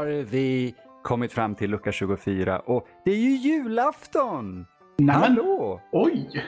har vi kommit fram till lucka 24 och det är ju julafton! Nämen. Hallå! Oj!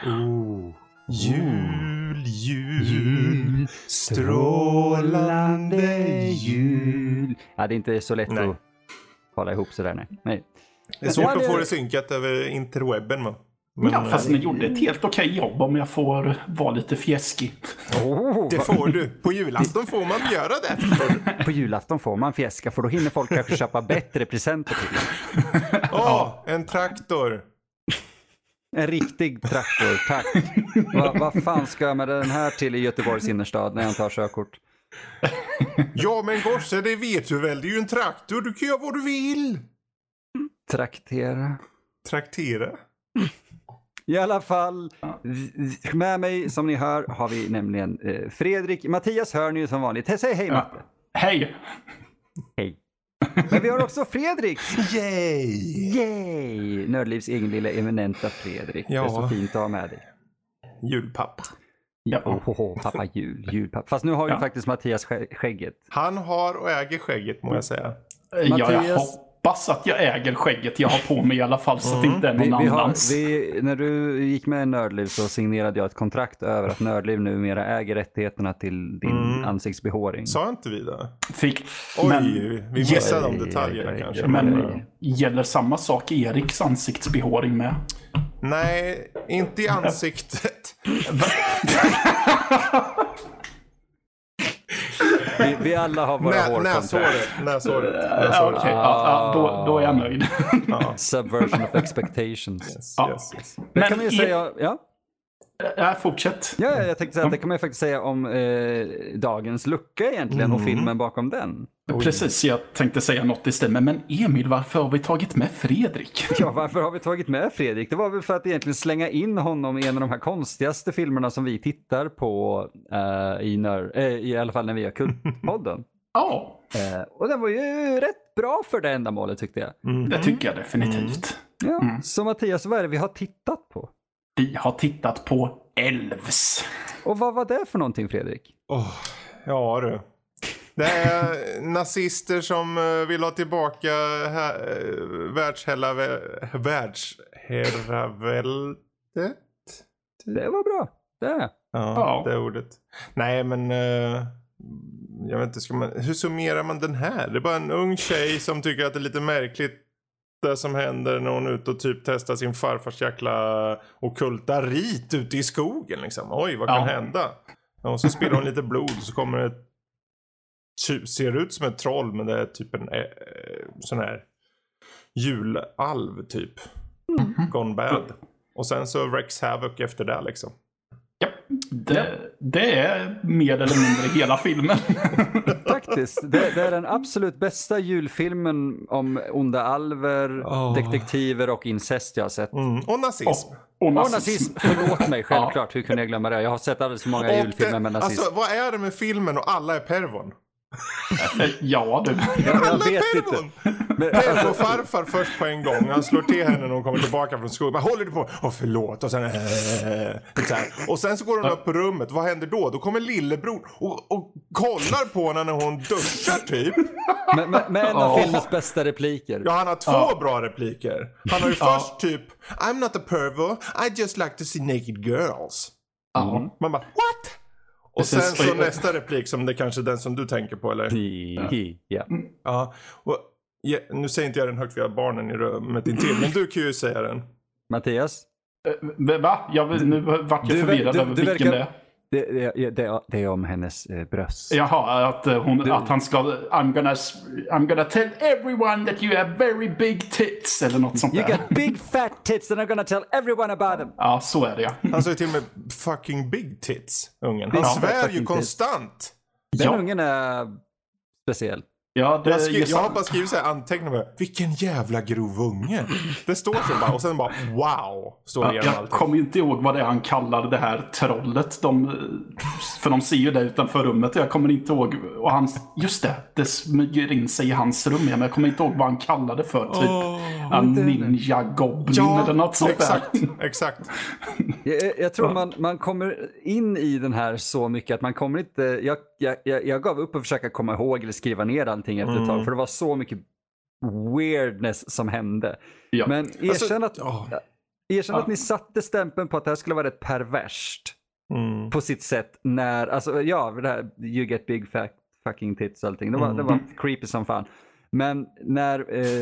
Jul, strålande jul. Ja, det är inte så lätt att hålla ihop sådär, nej. Det är svårt att få det synkat över interwebben, va? Men, ja, fast ni gjorde ett helt okej jobb om jag får vara lite fjäskig. Det får du. På julafton får man göra det. På julafton får man fjäska, för då hinner folk kanske köpa bättre presenter till dem. En traktor. En riktig traktor, tack. Vad fan ska jag med den här till i Göteborgs innerstad när jag tar körkort? Ja, men gosse, det vet du väl. Det är ju en traktor. Du kan göra vad du vill. Traktera? I alla fall, med mig som ni hör har vi nämligen Fredrik. Mattias hör ni som vanligt. Säg hej, Matte. Hej. Hej. Men vi har också Fredrik. Yay! Nördlivs egen lilla eminenta Fredrik. Ja. Det är så fint att ha med dig. Julpappa. Ja. Pappa julpappa. Fast nu har ju faktiskt Mattias skägget. Han har och äger skägget, må jag säga. Jag hoppas att jag äger skägget jag har på mig i alla fall, så att det inte är någon annans. När du gick med i Nördliv så signerade jag ett kontrakt över att Nördliv numera äger rättigheterna till din ansiktsbehåring. Sa inte vi det? Vi missade de detaljerna kanske. Men gäller samma sak Eriks ansiktsbehåring med? Nej, inte i ansiktet. Vi alla har våra hårkontrakt. Näshåret. Okej, då är jag nöjd. Subversion of expectations. Yes. Men kan man ju säga, fortsätt. Ja, jag tänkte säga att det kan man ju faktiskt säga om dagens lucka egentligen och filmen bakom den. Precis, jag tänkte säga något i stämmer. Men Emil, varför har vi tagit med Fredrik? Ja, varför har vi tagit med Fredrik? Det var väl för att egentligen slänga in honom i en av de här konstigaste filmerna som vi tittar på i alla fall när vi har Kultpodden. Ja. Och den var ju rätt bra för det ändamålet, tyckte jag. Det tycker jag definitivt. Ja. Så Mattias, vad är det vi har tittat på? Vi har tittat på Elves. Och vad var det för någonting, Fredrik? Ja du. Det är nazister som vill ha tillbaka världsherraväldet. Det var bra. Ja, det är ordet. Nej, men jag vet inte, hur summerar man den här? Det är bara en ung tjej som tycker att det är lite märkligt det som händer när hon är ute och typ testar sin farfars jäkla ockulta rit ute i skogen liksom. Oj, vad kan hända? Och så spiller hon lite blod och så kommer det ser ut som ett troll, men det är typ en sån här julalv typ. Gone bad. Och sen så wrecks havoc efter det liksom. Ja, det är mer eller mindre hela filmen. Faktiskt, det är den absolut bästa julfilmen om onda alver, detektiver och incest jag har sett. Och nazism. Och nazism, förlåt mig, självklart. Hur kunde jag glömma det? Jag har sett alldeles för många julfilmer med nazism. Alltså, vad är det med filmen och alla är pervon? Ja, du. Jag vet inte. Pervo farfar först på en gång. Han slår till henne när hon kommer tillbaka från skolan. Vad håller du på? Förlåt. Och sen och sen så går hon upp på rummet. Vad händer då? Då kommer lillebror och kollar på henne när hon duschar typ. Med en av filmens bästa repliker. Ja, han har två bra repliker. Han har ju först typ I'm not a pervo. I just like to see naked girls. Man bara, what? Och sen så nästa replik som det kanske är den som du tänker på, eller? Ja. Och, nu säger inte jag den högt, vi har barnen i rummet intill, men du kan ju säga den. Mattias? Va? Nu vart jag förvirrad över vilken det är. Det är om hennes bröst. Jaha, att han ska I'm gonna tell everyone that you have very big tits eller något sånt där. You got big fat tits and I'm gonna tell everyone about them. Ja, så är det, ja. Han sa ju till och med fucking big tits, ungen. Han svär ju konstant. Den ungen är speciell. Ja, jag har bara skrivit så här anteckningar. Vilken jävla grov unge. Det står så bara. Och sen bara wow. Jag kommer ju inte ihåg vad det är han kallar det här trollet. För de ser ju det utanför rummet. Jag kommer inte ihåg. Och just det smyger in sig i hans rum. Men jag kommer inte ihåg vad han kallade för. Typ ninja goblin eller något sånt där. Exakt. Jag tror man kommer in i den här så mycket att man kommer inte... Jag gav upp att försöka komma ihåg eller skriva ner allting efter ett tag. För det var så mycket weirdness som hände. Ja. Men erkänn Alltså, att ni satte stämpeln på att det här skulle vara rätt perverst på sitt sätt när, alltså ja, det här you get big fucking tits och allting. Det var creepy som fan. Men när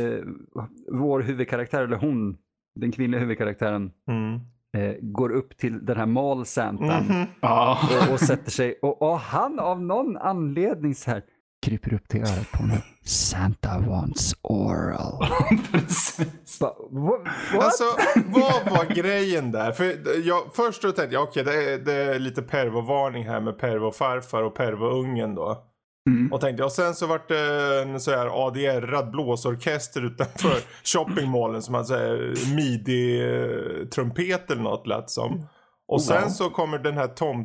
vår huvudkaraktär, eller hon, den kvinnliga huvudkaraktären går upp till den här Mall Santan och sätter sig och han av någon anledning så här kryper upp till örat på mig. Santa wants oral. Precis. Alltså, vad var grejen där? För först då tänkte jag, okej, det är lite pervovarning här med pervofarfar och pervoungen då. Och tänkte jag, och sen så vart det en så här ADR-rad blåsorkester utanför shoppingmallen som hade så här midi-trumpet eller något lät som. Och sen så kommer den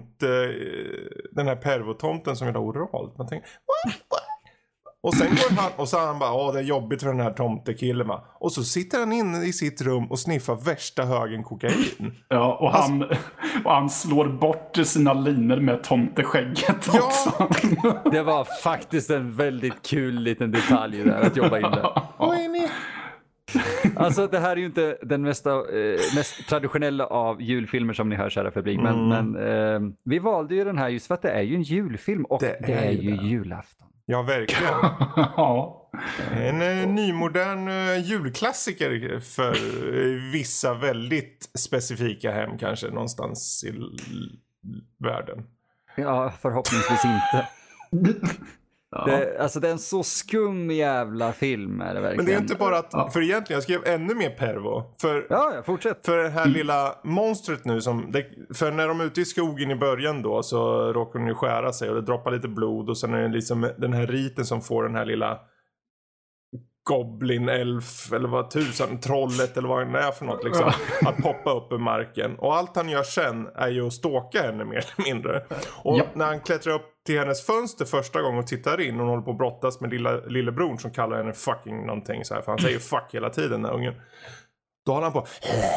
här pervotomten som vill ha oralt. Man tänker, what? Och sen går han och så han bara, det är jobbigt för den här tomtekillen. Och så sitter han inne i sitt rum och sniffar värsta högen kokain. Ja, och han slår bort sina linor med tomteskägget också. Det var faktiskt en väldigt kul liten detalj där att jobba in där. Vad är ni? Alltså det här är ju inte den mest traditionella av julfilmer som ni hör, kära publik. Men vi valde ju den här just för att det är ju en julfilm och det är ju julafton. Ja, verkligen. Ja. En nymodern julklassiker för vissa väldigt specifika hem kanske någonstans i världen. Ja, förhoppningsvis inte. Alltså det är en så skum jävla film är det verkligen. Men det är inte bara att, för egentligen jag skrev ännu mer pervo. Ja, fortsätt. För det här lilla monstret nu för när de är ute i skogen i början då så råkar de ju skära sig och det droppar lite blod och sen är det liksom den här riten som får den här lilla goblin, elf eller vad tusan, trollet eller vad det är för något liksom, att poppa upp ur marken. Och allt han gör sen är ju att stalka henne mer eller mindre. Och när han klättrar upp till hennes fönster första gången och tittar in och hon håller på att brottas med lillebror som kallar henne fucking någonting så här, för han säger fuck hela tiden när ungen. Då har han på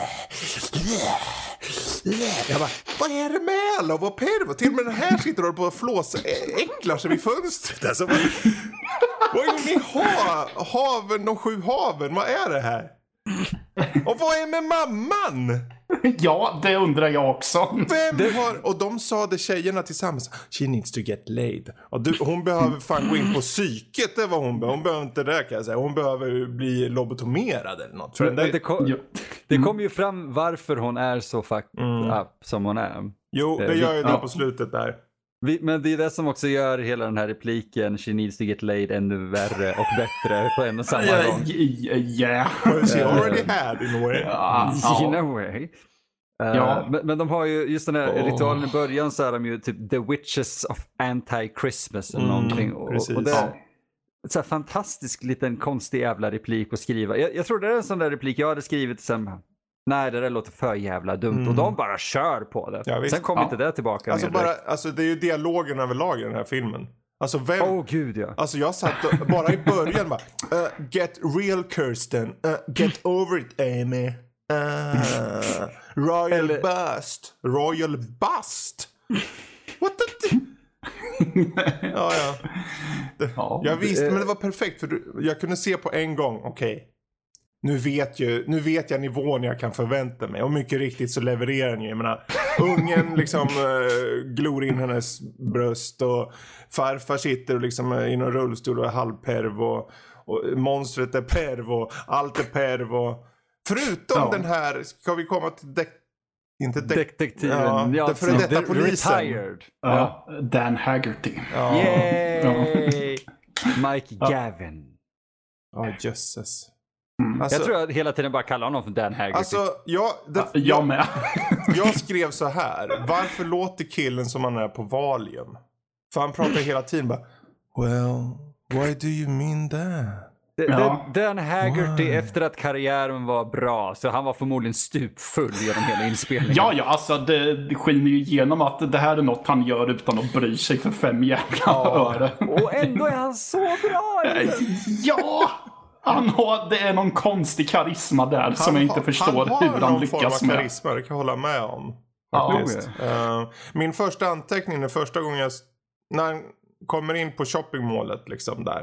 jag bara, vad är det med alla? Vad pervo? Till och med den här sitter och på att flåsa äcklar sig vid fönstret. Alltså, vad är ni haven, de 7 haven? Vad är det här? Och vad är med mamman? Ja, det undrar jag också. Och de sa det tjejerna tillsammans. She needs to get laid. Och hon behöver fan gå in på psyket. Det var hon behöver. Hon behöver inte det kan jag säga. Hon behöver bli lobotomerad eller något. För det kommer ju fram varför hon är så fucked up som hon är. Jo, det gör ju det på slutet där. Men det är det som också gör hela den här repliken She needs to get laid ännu värre och bättre på en och samma gång. Yeah. She already had in a way. In a way. Men de har ju just den här ritualen i början så är de ju typ The Witches of Anti-Christmas eller någonting. Och det är så här fantastisk liten konstig jävla replik att skriva. Jag tror det är en sån där replik jag hade skrivit sen. Nej, det där låter för jävla dumt. Och de bara kör på det. Ja, sen kommer inte det tillbaka. Alltså det är ju dialogen överlag i den här filmen. Alltså gud ja. Alltså jag satt bara i början bara get real Kirsten. Get over it Amy. Royal Bust. What the jag visste, men det var perfekt för jag kunde se på en gång. Okej. Nu vet jag nivån jag kan förvänta mig. Och mycket riktigt så levererar den ju. Jag menar, ungen liksom glor in hennes bröst. Och farfar sitter och liksom i någon rullstol och är halvperv. Och monstret är perv. Och allt är perv. Och förutom den här, ska vi komma till detektiven. Ja, för detta polisen. Retired. Dan Haggerty. Yay! Mike Gavin. Jösses. Alltså, jag tror jag hela tiden bara kallar honom för Dan Haggerty. Alltså, jag med. Jag skrev så här. Varför låter killen som han är på Valium? För han pratar hela tiden bara, well, why do you mean that? Dan Haggerty efter att karriären var bra, så han var förmodligen stupfull genom hela inspelningen. Ja, alltså det skiner ju igenom att det här är något han gör utan att bry sig för 5 jävla öre. Och ändå är han så bra! Ja! Det är någon konstig karisma där som jag inte förstår hur han lyckas med. Han har någon form av karisma, det kan jag hålla med om. Min första anteckning är första gången när han kommer in på shoppingmålet liksom där.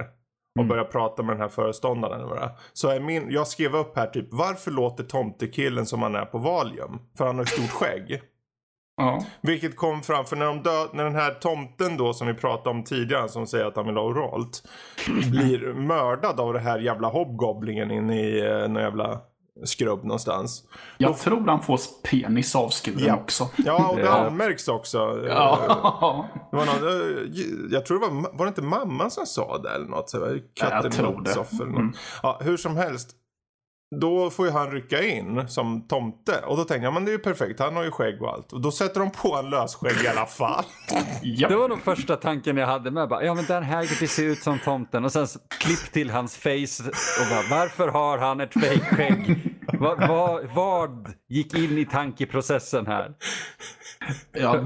och börjar prata med den här föreståndaren. Så jag skrev upp här typ, varför låter tomtekillen som han är på Valium? För han har ett stort skägg. Ja. Vilket kom fram, för när den här tomten då som vi pratade om tidigare, som säger att han vill ha oralt, blir mördad av det här jävla hobgoblingen in i någon jävla skrubb någonstans. Jag tror han får penis avskuren också. Ja, och det anmärks också. Ja. Det var jag tror det var det inte mamman som sa det eller något? Jag tror det. Ja, hur som helst. Då får ju han rycka in som tomte. Och då tänkte jag, men det är ju perfekt. Han har ju skägg och allt. Och då sätter de på en lösskägg i alla fall. Ja. Det var nog första tanken jag hade med. Ja, men Dan Haggerty ser ut som tomten. Och sen klipp till hans face. Och bara, varför har han ett fejkskägg? Vad gick in i tankeprocessen här? Ja,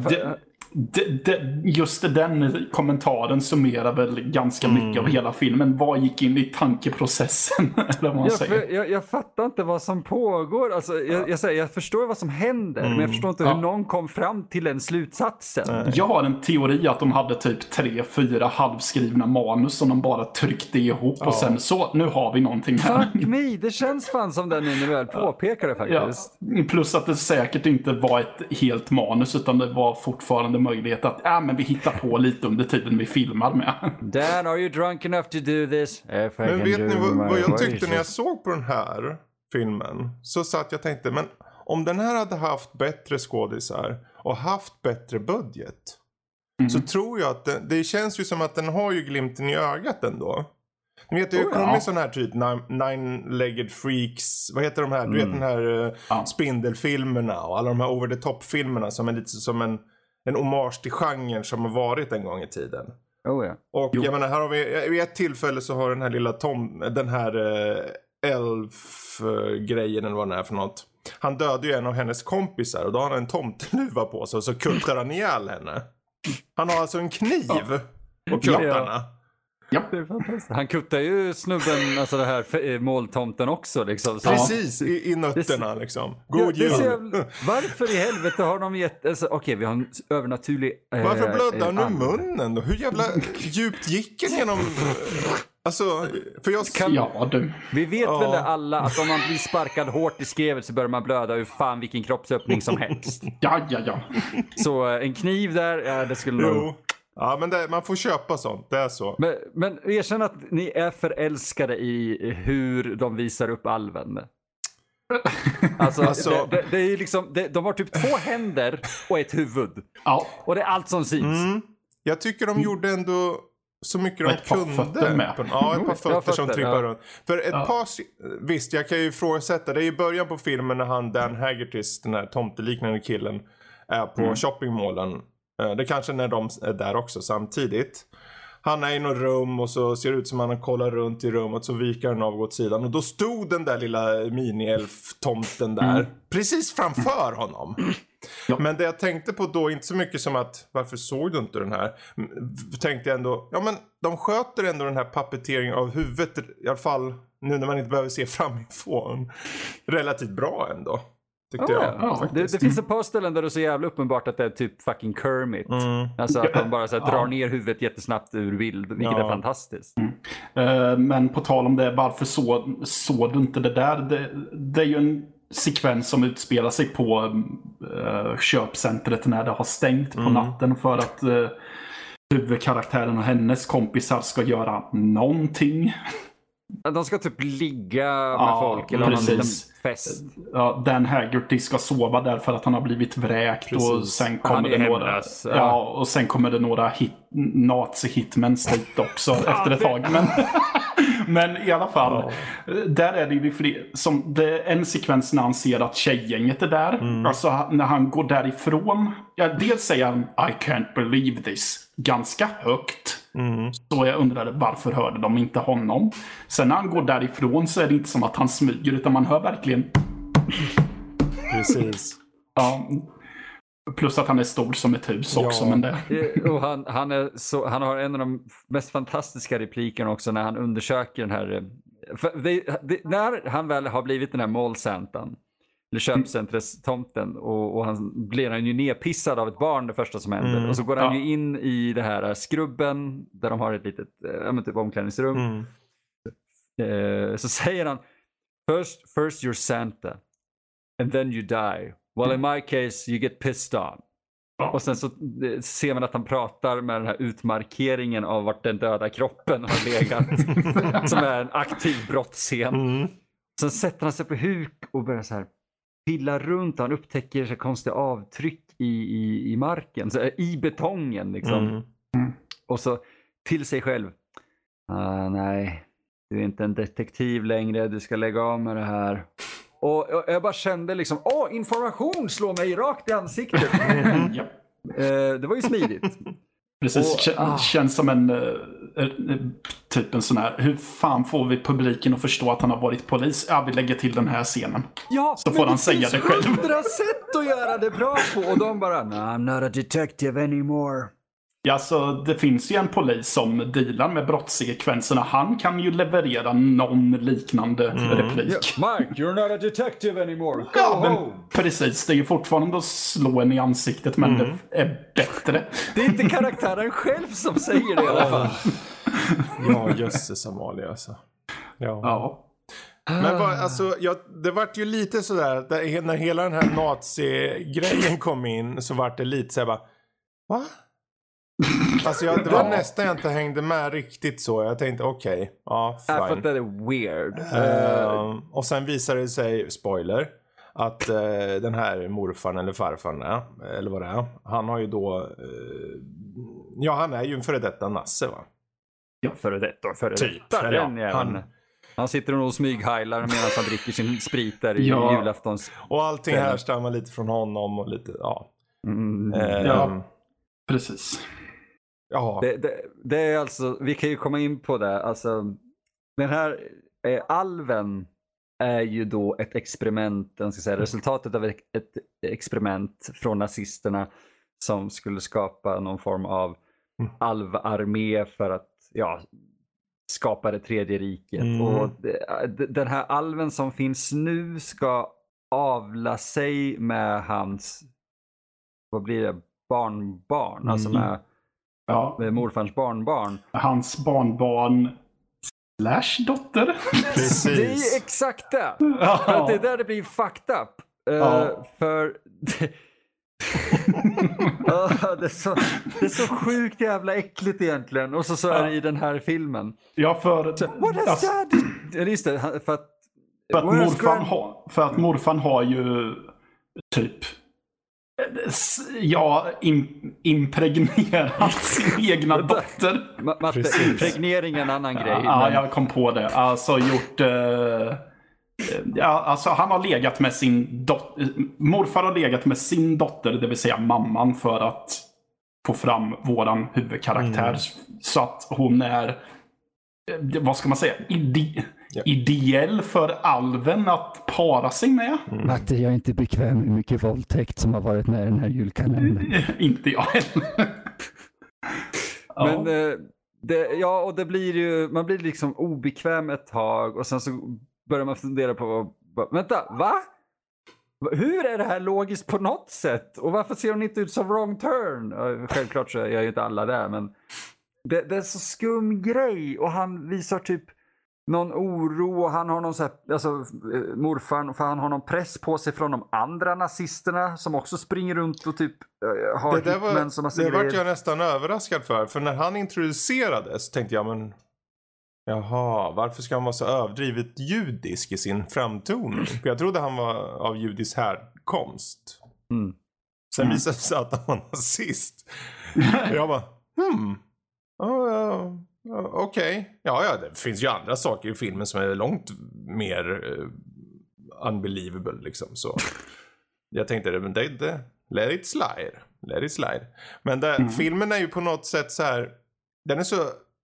just den kommentaren summerar väl ganska mycket av hela filmen. Vad gick in i tankeprocessen? Eller vad man säger. Jag fattar inte vad som pågår. Alltså, jag förstår vad som händer, men jag förstår inte hur någon kom fram till den slutsatsen. Jag har en teori att de hade typ 3-4 halvskrivna manus som de bara tryckte ihop och sen så, nu har vi någonting här. Fuck me, det känns fan som den ni väl påpekade faktiskt. Ja. Plus att det säkert inte var ett helt manus, utan det var fortfarande möjlighet att men vi hittar på lite under tiden vi filmar med. Dan, are you drunk enough to do this? Men vet ni vad jag tyckte när jag såg på den här filmen? Så satt jag tänkte, men om den här hade haft bättre skådisar och haft bättre budget, så tror jag att det känns ju som att den har ju glimten i ögat ändå. Ni vet, det kommer sån här typ Nine-Legged Freaks, vad heter de här? Du vet den här spindelfilmerna och alla de här over the top-filmerna som är lite som en hommage till genren som har varit en gång i tiden. Och jag menar, här har vi vid ett tillfälle så har den här lilla den här elf-grejen eller vad den är för något. Han dödade ju en av hennes kompisar och då har han en tomteluva på sig och så kuttar han ihjäl henne. Han har alltså en kniv på kuttarna. Ja. Han kuttar ju snubben, alltså det här måltomten också liksom. Så. Precis, i nötterna liksom. God jul. Varför i helvete har de gett... Alltså, okej, vi har en övernaturlig... Varför blödde han ur munnen då? Hur jävla djupt gick den genom... Alltså, för jag... Vi vet väl alla att om man blir sparkad hårt i skrevet så börjar man blöda ur fan vilken kroppsöppning som helst. Ja. Så en kniv där, det skulle nog... Ja, men man får köpa sånt, det är så. Men erkänn att ni är förälskade i hur de visar upp alven. Alltså det är ju liksom, de har typ 2 händer och ett huvud. Ja. Och det är allt som syns. Jag tycker de gjorde ändå så mycket de kunde. Med. Ja, ett par fötter som trippar runt. För ett par, visst, jag kan ju ifrågasätta. Det är i början på filmen när Dan Haggerty, den här tomteliknande killen, är på shoppingmålen. Det kanske när de är där också samtidigt. Han är i något rum och så ser det ut som att han kollar runt i rummet, så viker han av åt sidan. Och då stod den där lilla mini-elf-tomten där precis framför honom. Ja. Men det jag tänkte på då, inte så mycket som att varför såg du inte den här? Tänkte jag ändå, ja men de sköter ändå den här pappeteringen av huvudet, i alla fall nu när man inte behöver se framifrån, relativt bra ändå. Det finns ett par ställen där det är så jävla uppenbart att det är typ fucking Kermit. Alltså att de bara så här, drar ner huvudet jättesnabbt ur bild, vilket är fantastiskt. Men på tal om det, varför såg du inte det där? Det är ju en sekvens som utspelar sig på köpcentret när det har stängt på natten för att huvudkaraktären och hennes kompisar ska göra någonting. De ska typ ligga med folk eller någon liten fest. Ja, Dan Haggerty ska sova där för att han har blivit vräkt. Och sen kommer det några och sen kommer det några nazi-hitmens dit också efter ett tag. Men i alla fall, där är det ju en sekvens när han ser att tjejgänget är där. Alltså när han går därifrån. Dels säger han I can't believe this ganska högt. Så jag undrade varför hörde de inte honom. Sen när han går därifrån så är det inte som att han smyger, utan man hör verkligen. Precis. Ja. Plus att han är stor som ett hus också. Men det... Och han har en av de mest fantastiska replikerna också när han undersöker den här... när han väl har blivit den här målsantan, köpcentrumtomten och han blir ju nedpissad av ett barn det första som händer. Och så går han ju in i det här skrubben där de har ett litet typ omklädningsrum. Så säger han first you're Santa and then you die. Well, in my case you get pissed on. Och sen så ser man att han pratar med den här utmarkeringen av vart den döda kroppen har legat. Som är en aktiv brottsscen. Sen sätter han sig på huk och börjar så här pilla runt. Han upptäcker så konstiga avtryck i marken, så i betongen liksom. Och så till sig själv. Nej, du är inte en detektiv längre. Du ska lägga av med det här. Och jag bara kände liksom, information slår mig rakt i ansiktet. Det var ju smidigt. Precis, känns som en typ en sån här, hur fan får vi publiken att förstå att han har varit polis? Ja, vi lägger till den här scenen. Ja, så får han säga det själv. Det finns 100 sätt att göra det bra på. Och de bara, no, I'm not a detective anymore. Ja, så det finns ju en polis som dealar med brottssekvenserna. Han kan ju leverera någon liknande replik. Yeah, Mike, you're not a detective anymore. Go home. Precis, det är ju fortfarande att slå en i ansiktet, men det är bättre. Det är inte karaktären själv som säger det i alla fall. Ja, jösses Amalia alltså. Ja. Men det vart ju lite sådär, när hela den här nazi-grejen kom in så vart det lite såhär bara, va? Alltså det var nästan jag inte hängde med riktigt så. Jag tänkte okej, fine. Jag för att det är weird. Och sen visade det sig, spoiler, att den här morfaren eller farfaren eller vad det är, han har ju då han är ju en före detta nasse, va? Ja, före detta. Han sitter och smygheilar medan han dricker sin sprit där i julaftons. Och allting här stammar lite från honom och lite, precis. Ja. Det är alltså, vi kan ju komma in på det. Alltså, den här alven är ju då ett experiment, jag ska säga, resultatet av ett experiment från nazisterna som skulle skapa någon form av alvarmé för att skapa det tredje riket. Och den här alven som finns nu ska avla sig med hans, vad blir det, barnbarn, alltså med morfarns barnbarn. Hans barnbarn / dotter. Precis. Det är exakt det. För att det är där det blir fucked up. För det är så sjukt jävla äckligt egentligen. Och så är det i den här filmen. Ja, för just det, för att morfan har ju typ impregnerat sin egna dotter. Impregnering är en annan grej. Ja, jag kom på det. Alltså gjort han har legat med sin dotter. Morfar har legat med sin dotter, det vill säga mamman, för att få fram våran huvudkaraktär. Så att hon är, vad ska man säga, ideell för alven att para sig med. Matte, jag är inte bekväm med mycket våldtäkt som har varit med i den här julkalendern. Inte jag heller. Men och det blir ju, man blir liksom obekväm ett tag och sen så börjar man fundera på, vänta, va? Hur är det här logiskt på något sätt? Och varför ser hon inte ut som Wrong Turn? Självklart så är jag ju inte alla där, men det är så skum grej. Och han visar typ någon oro och han har någon så här, alltså morfar, för han har någon press på sig från de andra nazisterna som också springer runt och typ har hitmän som har det var jag nästan överraskad för när han introducerades tänkte jag, men jaha, varför ska han vara så överdrivet judisk i sin framtoning? För jag trodde han var av judisk härkomst. Sen visade det sig att han var nazist. Jag bara, okej. Ja, det finns ju andra saker i filmen som är långt mer unbelievable liksom. Så jag tänkte, men det let it slide. Men filmen är ju på något sätt så här, den är så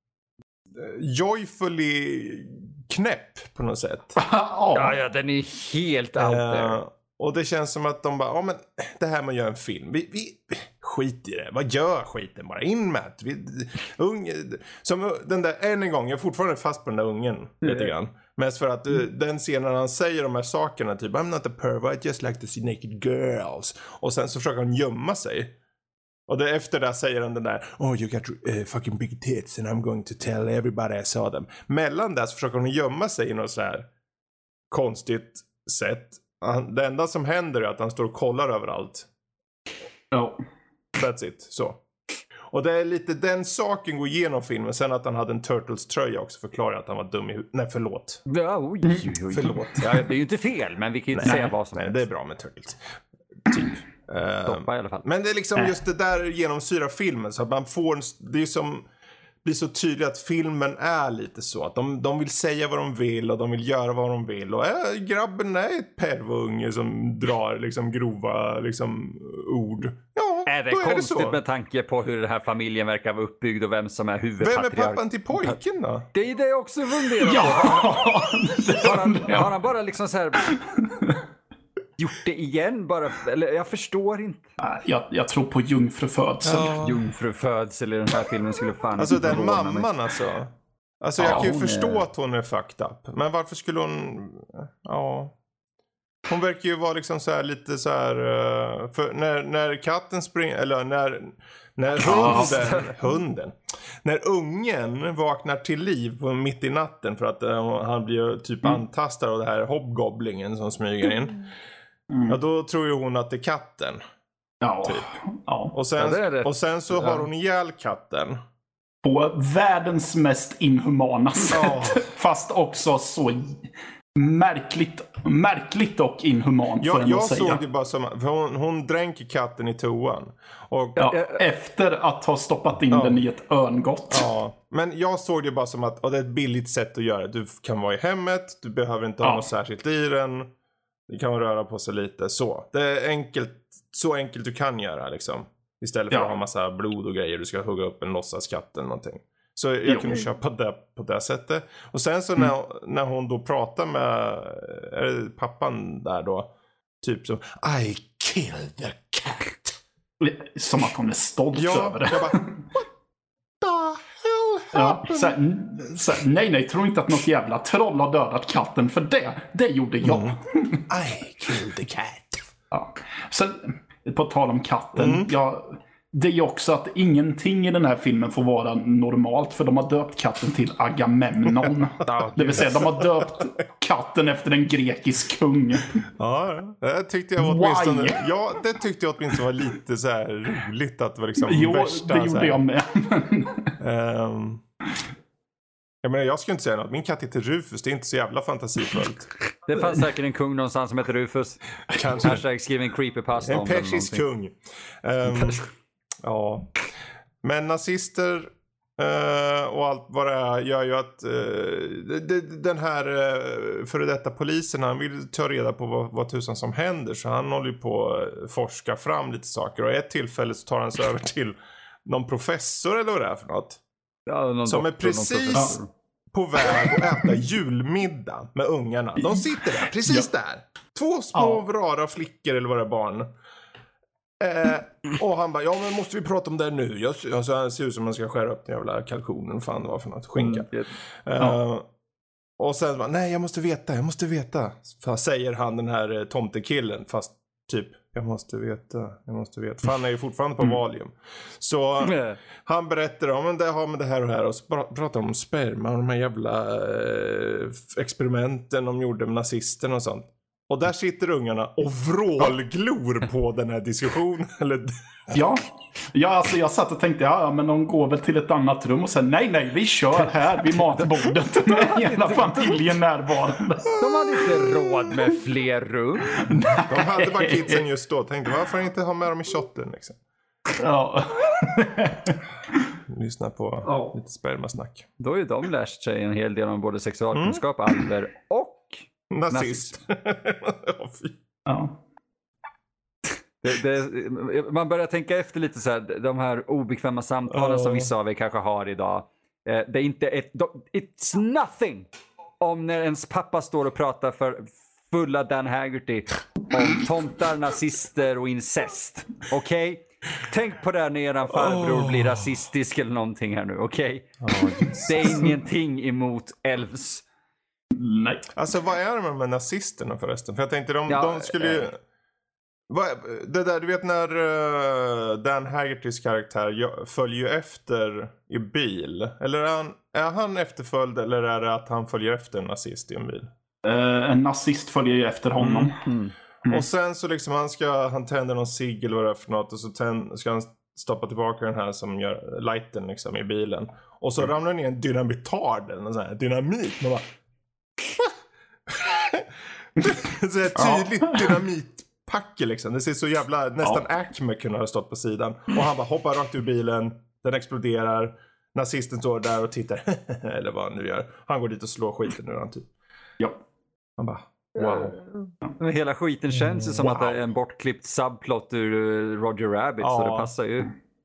joyfully knäpp på något sätt. Ja, den är helt out there. Och det känns som att de bara, men det här man gör en film. Vi skit i det. Vad gör skiten bara? In med som den där, än en gång, jag är fortfarande fast på den där ungen lite grann. Mest för att den scenen han säger de här sakerna, typ I'm not a pervert, I just like to see naked girls. Och sen så försöker han gömma sig. Och efter det säger han den där, oh you got fucking big tits and I'm going to tell everybody I saw them. Mellan det så försöker han gömma sig i något så här konstigt sätt. Det enda som händer är att han står och kollar överallt. Ja. That's it, så. Och det är lite den saken går igenom filmen. Sen att han hade en Turtles-tröja också förklarar att han var dum i huvudet. Nej, förlåt. Oj. Förlåt. Ja, det är ju inte fel, men vi kan ju inte säga vad som helst. Det är bra med Turtles. Typ. Doppa i alla fall. Men det är liksom just det där genomsyrar filmen. Så att man får, det är som blir så tydligt att filmen är lite så. Att de vill säga vad de vill och de vill göra vad de vill. Och grabben är ett pervunge som drar liksom grova liksom ord. Ja, är det konstigt det med tanke på hur den här familjen verkar vara uppbyggd och vem som är huvudpatriark? Vem är pappan till pojken då? Det är det jag också funderar på. Har han bara liksom så här gjort det igen bara? Eller jag förstår inte. Jag tror på jungfrufödsel. Ja. Jungfrufödsel i den här filmen skulle fan alltså inte den mamman mig. Alltså jag kan ju förstå att hon är fucked up. Men varför skulle hon... Ja... Hon verkar ju vara liksom så här lite så här för när katten springer eller när hunden när ungen vaknar till liv på mitt i natten för att han blir typ antastad av det här hobgoblingen som smyger in. Ja, då tror ju hon att det är katten. Ja. Typ. Ja. Och sen så har hon ihjäl katten. På världens mest inhumana sätt. Fast också så märkligt och inhumant. Jag såg det bara som hon dränker katten i toan. Och, efter att ha stoppat in den i ett örngott. Ja, men jag såg det bara som att det är ett billigt sätt att göra. Du kan vara i hemmet, du behöver inte ha något särskilt i den. Du kan röra på sig lite. Så. Det är enkelt, så enkelt du kan göra liksom. Istället för att ha massa blod och grejer. Du ska hugga upp en låtsaskatt eller någonting. Så jag kunde köpa det på det sättet. Och sen så när hon då pratar med pappan där då. Typ så, I killed the cat. Som att hon är stolt över det. Jag bara, what the hell happened? Nej, tror inte att något jävla troll har dödat katten. För det gjorde jag. I killed the cat. Ja. Sen, på tal om katten. Det är ju också att ingenting i den här filmen får vara normalt. För de har döpt katten till Agamemnon. Det vill säga de har döpt katten efter en grekisk kung. Ja, det tyckte jag åtminstone. Ja, det tyckte jag åtminstone var lite så här roligt att det var liksom värsta. Det gjorde jag med. Jag menar, jag skulle inte säga något. Min katt heter Rufus. Det är inte så jävla fantasifullt. Det fanns säkert en kung någonstans som heter Rufus. Kanske. Hashtag skriv en creepypasta om persisk kung. Ja. Men nazister och allt vad det är gör ju att den här före detta polisen, han vill ta reda på vad tusan som händer. Så han håller ju på att forska fram lite saker. Och ett tillfälle så tar han sig över till någon professor eller vad det är för något. Ja, som är precis på väg att äta julmiddag med ungarna. De sitter där, precis där. 2 små rara flickor eller vad det är, barn. Och han bara, men måste vi prata om det nu? Jag ser ut som man ska skära upp den jävla kalkonen. Fan, det var för något skinka. Och sen bara, nej jag måste veta. Så säger han den här tomtekillen. Fast typ, jag måste veta. För han är ju fortfarande på Valium. Så han berättar om det har med det här och här. Och så pratar om sperma och de här jävla experimenten de gjorde med nazisterna och sånt. Och där sitter ungarna och vrålglor på den här diskussionen. Ja, alltså jag satt och tänkte, men de går väl till ett annat rum. Och sen, nej, vi kör här vid matbordet med hela familjen närvarande. De hade inte råd med fler rum. De hade bara kidsen just då. Tänkte, varför inte ha med dem i shotten liksom? Ja. Lyssna på lite spermasnack. Då är ju de lärt sig en hel del om både sexualkunskap, alver och nazist. Ja. Man börjar tänka efter lite så här, de här obekväma samtalen som vissa av er kanske har idag. Det är inte it's nothing om när ens pappa står och pratar för fulla Dan Haggerty om tomtar, nazister och incest. Okej? Tänk på det när eran farbror blir rasistisk eller någonting här nu, okej? Det är ingenting emot elves. Nej. Alltså vad är det med nazisterna förresten? För jag tänkte de skulle ju... Det där, du vet när Dan Haggertys karaktär följer ju efter i bil. Eller är han efterföljd eller är det att han följer efter en nazist i en bil? En nazist följer ju efter honom. Och sen så liksom han tänder någon cigg eller vad det är för något. Och så ska han stoppa tillbaka den här som gör lighten liksom i bilen. Och så ramlar ner en dynamitard eller någon sån här dynamit. Man bara... så här tydligt dynamitpacke liksom. Det ser så jävla... Nästan Acme kunde ha stått på sidan. Och han bara hoppar rakt ur bilen. Den exploderar. Nazisten står där och tittar. eller vad han nu gör. Han går dit och slår skiten ur han typ. Ja. Han bara... Wow. Hela skiten känns ju som att det är en bortklippt subplot ur Roger Rabbit, så det passar ju.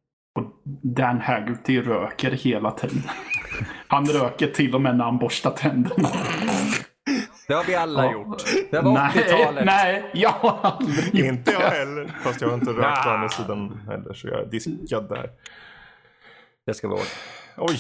Dan Haggerty röker hela tiden. Han röker till och med när han borstar tänderna. Det har vi alla gjort. Det var 80-talet. Nej, jag har aldrig gjort. Inte jag heller. Fast jag har inte rökt på andra sidan heller, så jag är diskad där. Det ska vara. Oj.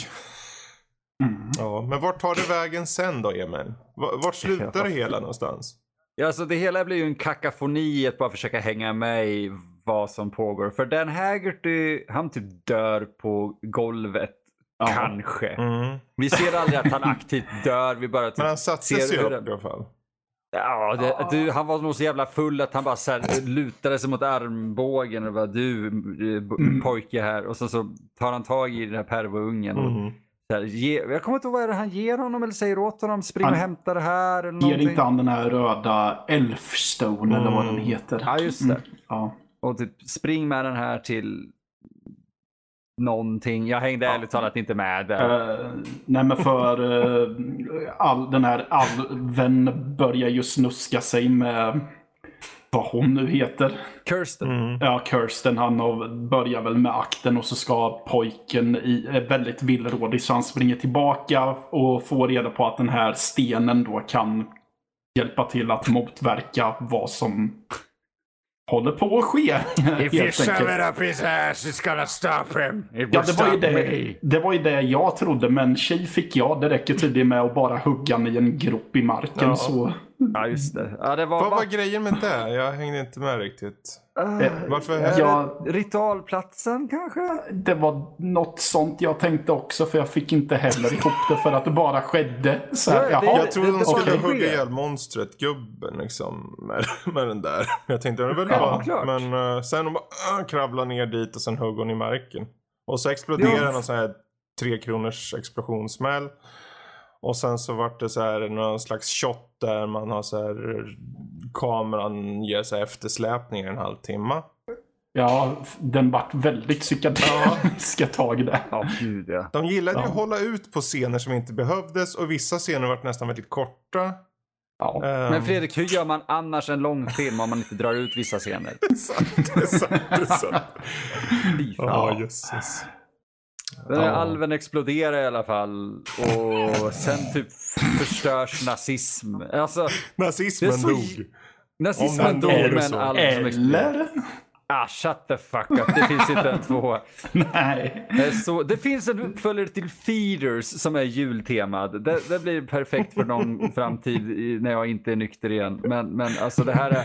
Ja, men vart tar det vägen sen då, Emil? Vart slutar det hela någonstans? Ja, alltså det hela blir ju en kakafoni att bara försöka hänga med i vad som pågår. För Dan Haggerty, han typ dör på golvet. Kanske. Vi ser aldrig att han aktivt dör. Vi bara typ men han satte sig upp i alla fall. Ja, han var nog så jävla full att han bara så här, lutade sig mot armbågen och bara pojke här. Och så tar han tag i den här pervoungen och jag kommer inte ihåg vad han ger honom eller säger åt honom. Spring och hämta det här eller någonting. Ger inte han den här röda Elfstone eller vad den heter. Ja, just det. Ja. Och typ spring med den här till någonting. Jag hängde ärligt talat inte med där. Nej, men för den här alven börjar ju snuska sig med vad hon nu heter. Kirsten. Ja, Kirsten. Han börjar väl med akten och så ska pojken är väldigt villrådig så han springer tillbaka och får reda på att den här stenen då kan hjälpa till att motverka vad som håller på att ske. If you shove it up his ass, it's gonna stop him. Det var ju det jag trodde, men tjej fick jag. Det räcker tydligen med att bara hugga i en grop i marken. Ja. Så... Ja, just det. Ja, vad var grejen med det? Jag hängde inte med riktigt. Varför? Ritualplatsen kanske? Det var något sånt jag tänkte också, för jag fick inte heller ihop det för att det bara skedde. Så jag trodde de skulle hugga ihjäl monstret, gubben liksom, med den där. Jag tänkte det var väl bra. Men sen de bara kravlar ner dit och sen hugger hon i marken. Och så exploderar en sån här 3 kronors explosionssmäll. Och sen så vart det så här någon slags shot där man har så här kameran ger sig eftersläpning i en halvtimme. Ja, den vart väldigt psykedeliska tag där. Ja, gud ja. De gillade ju att hålla ut på scener som inte behövdes och vissa scener vart nästan väldigt korta. Ja. Men Fredrik, hur gör man annars en långfilm om man inte drar ut vissa scener? Det är sant. Ja, jösses. Den här alven exploderar i alla fall. Och sen typ förstörs nazism. Alltså, nazismen dog. Nazismen dog med en alv som exploderar. Shut the fuck up. Det finns inte en 2. Nej. Så, det finns en uppföljare till Feeders som är jultemad. Det blir perfekt för någon framtid när jag inte är nykter igen. Men alltså det här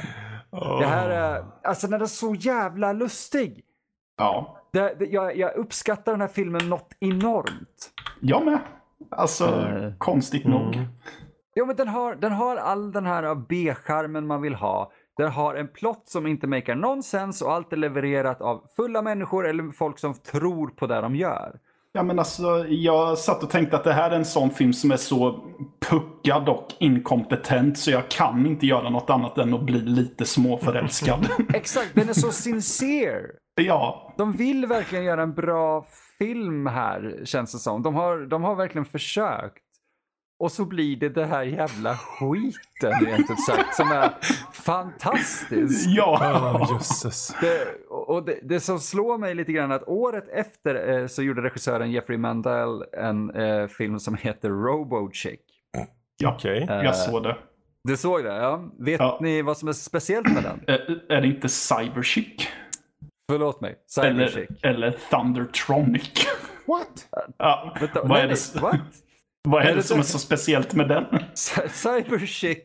är alltså den är så jävla lustig. Ja. Jag uppskattar den här filmen något enormt. Jag med. Alltså, konstigt nog. Ja, men den har all den här B-charmen man vill ha. Den har en plott som inte makar nonsens och allt är levererat av fulla människor eller folk som tror på det de gör. Ja, men alltså, jag satt och tänkte att det här är en sån film som är så puckad och inkompetent så jag kan inte göra något annat än att bli lite småförälskad. Exakt, den är så sincere. Ja. De vill verkligen göra en bra film här, känns det som. De har verkligen försökt. Och så blir det här jävla skiten egentligen sagt, som är fantastiskt. Ja, jösses. Det som slår mig lite grann att året efter så gjorde regissören Jeffrey Mandel en film som heter Robochick. Ja, jag såg det. Du såg det, ja. Vet ni vad som är speciellt med den? Är det inte Cyberchick? Förlåt mig. Cyberchick. Eller Thundertronic. What? Ja, vad är det som är så speciellt med den? Cyberchick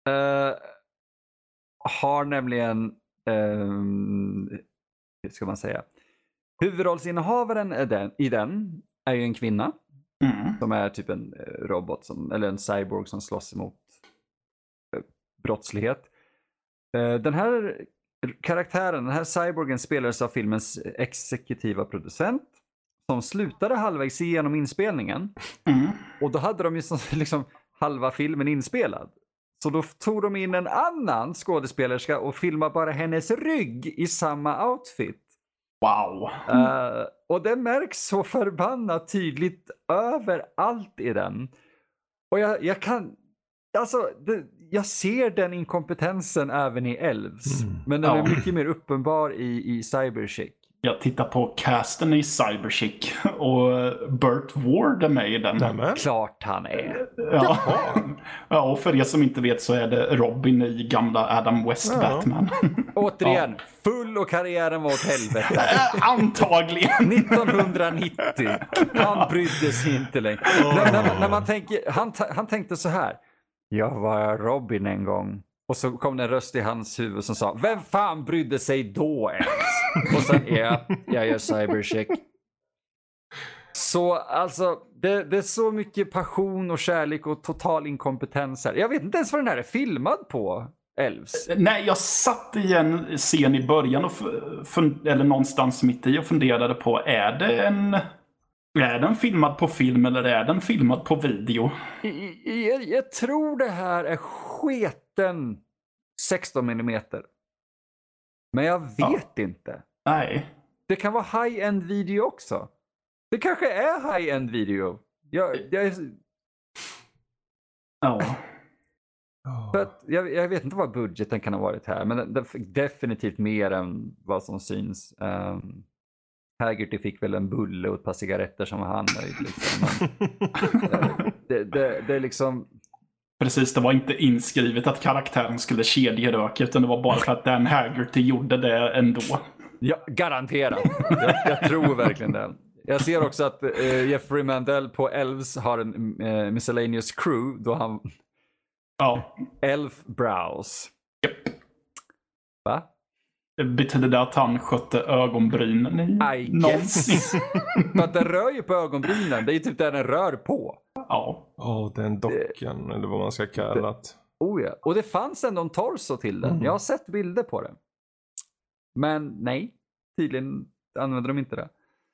har nämligen hur ska man säga? Huvudrollsinnehavaren i den är ju en kvinna. Som är typ en robot eller en cyborg som slåss emot brottslighet. Den här karaktären, den här cyborgen, spelades av filmens exekutiva producent som slutade halvvägs igenom inspelningen. Och då hade de ju liksom halva filmen inspelad. Så då tog de in en annan skådespelerska och filmade bara hennes rygg i samma outfit. Wow. Och det märks så förbannat tydligt överallt i den. Och jag kan... Alltså, jag ser den inkompetensen även i Elves. Men den är mycket mer uppenbar i Cyberchick. Jag tittar på casten i Cyberchick och Burt Ward är med i den. Klart han är. Ja, och för er som inte vet så är det Robin i gamla Adam West Batman. Återigen, full och karriären var åt helvete. Antagligen. 1990. Han brydde sig inte längre. När man tänker, han tänkte så här. Jag var Robin en gång. Och så kom det en röst i hans huvud som sa, vem fan brydde sig då ens? Och sen jag gör Cyberchick. Så alltså, det är så mycket passion och kärlek och total inkompetens här. Jag vet inte ens vad den här är filmad på, Elves. Nej, jag satt i en scen i början eller någonstans mitt i och funderade på, är den filmad på film eller är den filmad på video? Jag tror det här är sketen 16 mm. Men jag vet inte. Nej. Det kan vara high-end video också. Det kanske är high-end video. För att jag vet inte vad budgeten kan ha varit här. Men det definitivt mer än vad som syns. Haggerty fick väl en bulle och ett par cigaretter som var han nöjd. Liksom. Det är liksom... Precis, det var inte inskrivet att karaktären skulle kedjeröka, utan det var bara för att Dan Haggerty gjorde det ändå. Ja, garanterat. Jag tror verkligen det. Jag ser också att Jeffrey Mandel på Elves har en miscellaneous crew då han... Ja. Elf Brows. Yep. Va? Betyder det att han skötte ögonbrynen i någonsin? För att den rör ju på ögonbrynen. Det är ju typ där den rör på. Ja. Den dockan, eller vad man ska kalla det. Ja. Och det fanns ändå en torso till den. Jag har sett bilder på den. Men nej, tydligen använder de inte det.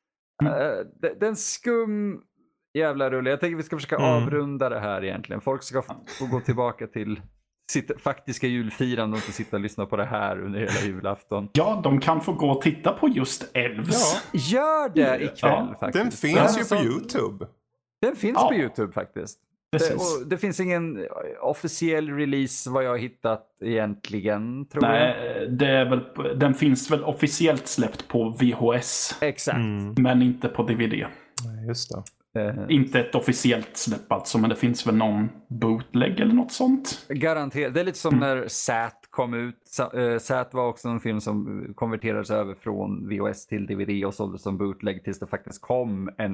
Den skum jävla rulle. Jag tänker vi ska försöka avrunda det här egentligen. Folk ska få gå tillbaka till sitt faktiska julfirande och inte sitta och lyssna på det här under hela julafton. Ja, de kan få gå och titta på just Elves. Ja. Gör det ikväll faktiskt. Den finns ju på YouTube. Den finns på YouTube faktiskt. Det finns ingen officiell release vad jag har hittat egentligen, tror jag. Nej, det är väl, den finns väl officiellt släppt på VHS. Exakt. Men inte på DVD. Just det. Inte ett officiellt släpp alltså, men det finns väl någon bootleg eller något sånt. Garanterat. Det är lite som när Sat kom ut. Sat var också en film som konverterades över från VHS till DVD och såldes som bootleg tills det faktiskt kom en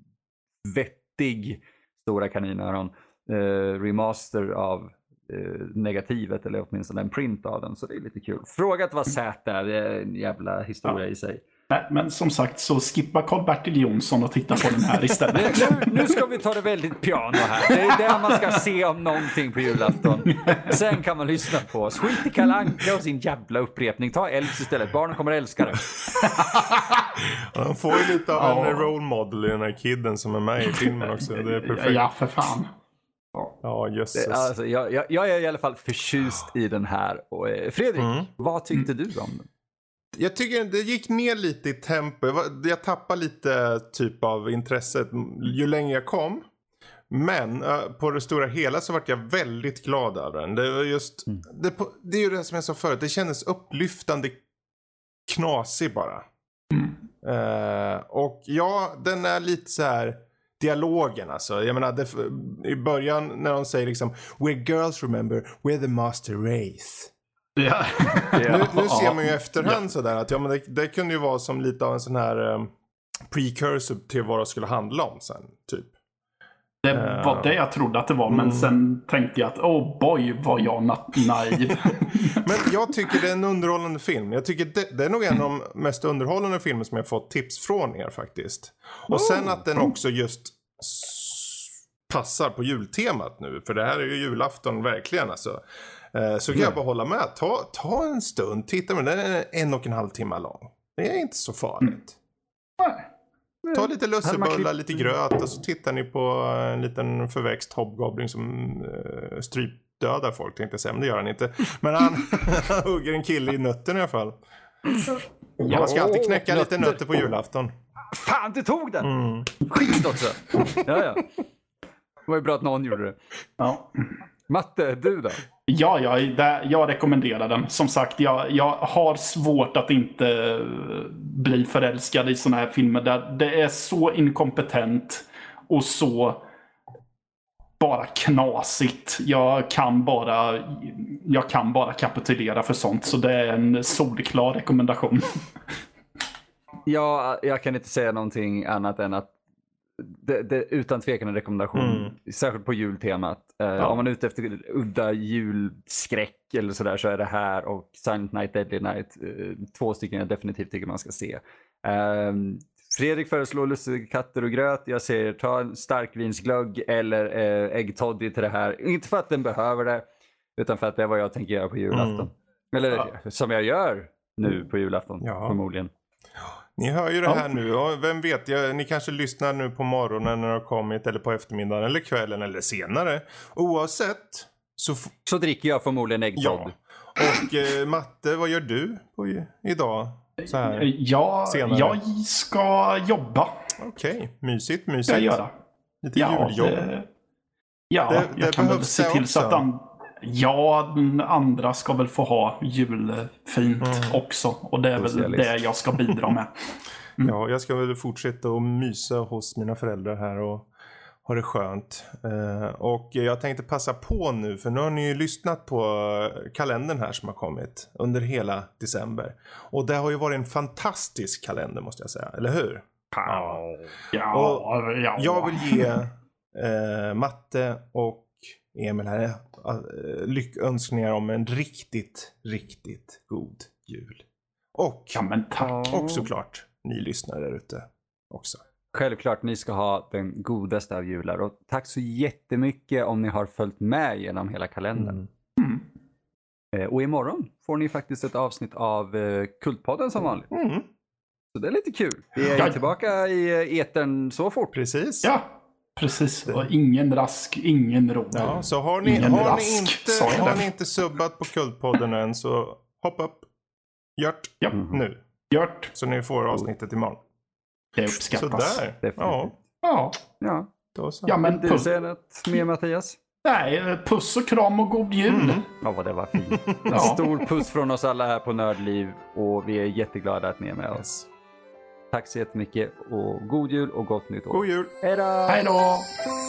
vettig Stora kaninöron remaster av negativet, eller åtminstone en print av den, så det är lite kul. Frågat vad Sat är, det är en jävla historia i sig. Nej, men som sagt, så skippa Carl-Bertil Jonsson och titta på den här istället. nu ska vi ta det väldigt piano här. Det är där man ska se om någonting på julafton. Sen kan man lyssna på oss. Skit i Kalle Anka och sin jävla upprepning. Ta Elves istället. Barnen kommer älska det. Han får ju lite av en role model i den här kidden som är med i filmen också. Det är perfekt. Ja, för fan. Ja, jösses. Alltså, jag är i alla fall förtjust i den här. Och, Fredrik, vad tyckte du om den? Jag tycker det gick ner lite i tempo. Jag tappade lite typ av intresset ju längre jag kom. Men på det stora hela så vart jag väldigt glad över den. Det var just det är ju det som jag sa förut. Det kändes upplyftande knasig bara. Och ja, den är lite så här dialogen alltså. Jag menar i början när de säger liksom "We're girls, remember, we're the master race." Ja. Nu ser man ju efterhand sådär att men det kunde ju vara som lite av en sån här precursor till vad det skulle handla om sen, typ. Det var det jag trodde att det var, men sen tänkte jag att boy, var jag naiv. Men jag tycker det är en underhållande film. Jag tycker det är nog en av de mest underhållande filmer som jag fått tips från er faktiskt. Och sen att den också just passar på jultemat nu. För det här är ju julafton verkligen alltså. Så kan jag bara hålla med. Ta en stund, titta, men den är 1,5 timmar lång. Det är inte så farligt. Ta lite lussebullar, lite gröt och så tittar ni på en liten förväxt hobgoblin som strypdödar folk, tänkte jag säga. Men det gör han inte. Men han hugger en kille i nötten i alla fall. Man ska alltid knäcka lite nötter på julafton. Fan, du tog den! Skit också. Ja. Det var ju bra att någon gjorde det. Ja. Matte, du då? Ja, jag rekommenderar den. Som sagt, jag har svårt att inte bli förälskad i såna här filmer där det är så inkompetent och så bara knasigt. Jag kan bara kapitulera för sånt, så det är en solklar rekommendation. Ja, jag kan inte säga någonting annat än att det utan tvekan en rekommendation, särskilt på jultemat. Om man är ute efter udda julskräck eller sådär, så är det här och Silent Night, Deadly Night 2 stycken jag definitivt tycker man ska se. Fredrik föreslår lussekatter och gröt. Jag säger ta en starkvinsglögg eller äggtoddy till det här. Inte för att den behöver det, utan för att det är vad jag tänker göra på julafton. Eller som jag gör nu på julafton, förmodligen. Ni hör ju det här nu, och vem vet, ni kanske lyssnar nu på morgonen när det har kommit, eller på eftermiddagen, eller kvällen, eller senare. Oavsett så dricker jag förmodligen äggtodd. Ja. Och Matte, vad gör du idag? Så här, jag ska jobba. Okej, mysigt. Jag gör det. Lite juljobb. Jag kan väl se till så att den andra ska väl få ha julfint också. Och det är väl det jag ska bidra med. Ja, jag ska väl fortsätta att mysa hos mina föräldrar här och ha det skönt. Och jag tänkte passa på nu, för nu har ni ju lyssnat på kalendern här som har kommit under hela december. Och det har ju varit en fantastisk kalender, måste jag säga, eller hur? Ja. Jag vill ge Matte och Emil här lyckönskningar om en riktigt, riktigt god jul. Och såklart ni lyssnare där ute också. Självklart, ni ska ha den godaste av jular. Och tack så jättemycket om ni har följt med genom hela kalendern. Och imorgon får ni faktiskt ett avsnitt av Kultpodden som vanligt. Så det är lite kul. Vi är tillbaka i etern så fort. Precis. Ja, precis. Och ingen rask, ingen ro. Ja, så har ni inte subbat på Kultpodden än, så hoppa upp. Gjort nu. Gjort. Så ni får avsnittet imorgon. Det uppskattas. Sådär. Ja. Då så. Ja, men du säger något mer, Mattias? Nej, puss och kram och god jul. Ja, vad det var fint. En stor puss från oss alla här på Nördliv, och vi är jätteglada att ni är med oss. Tack så jättemycket, och god jul och gott nytt år. God jul. Hej då! Hej då!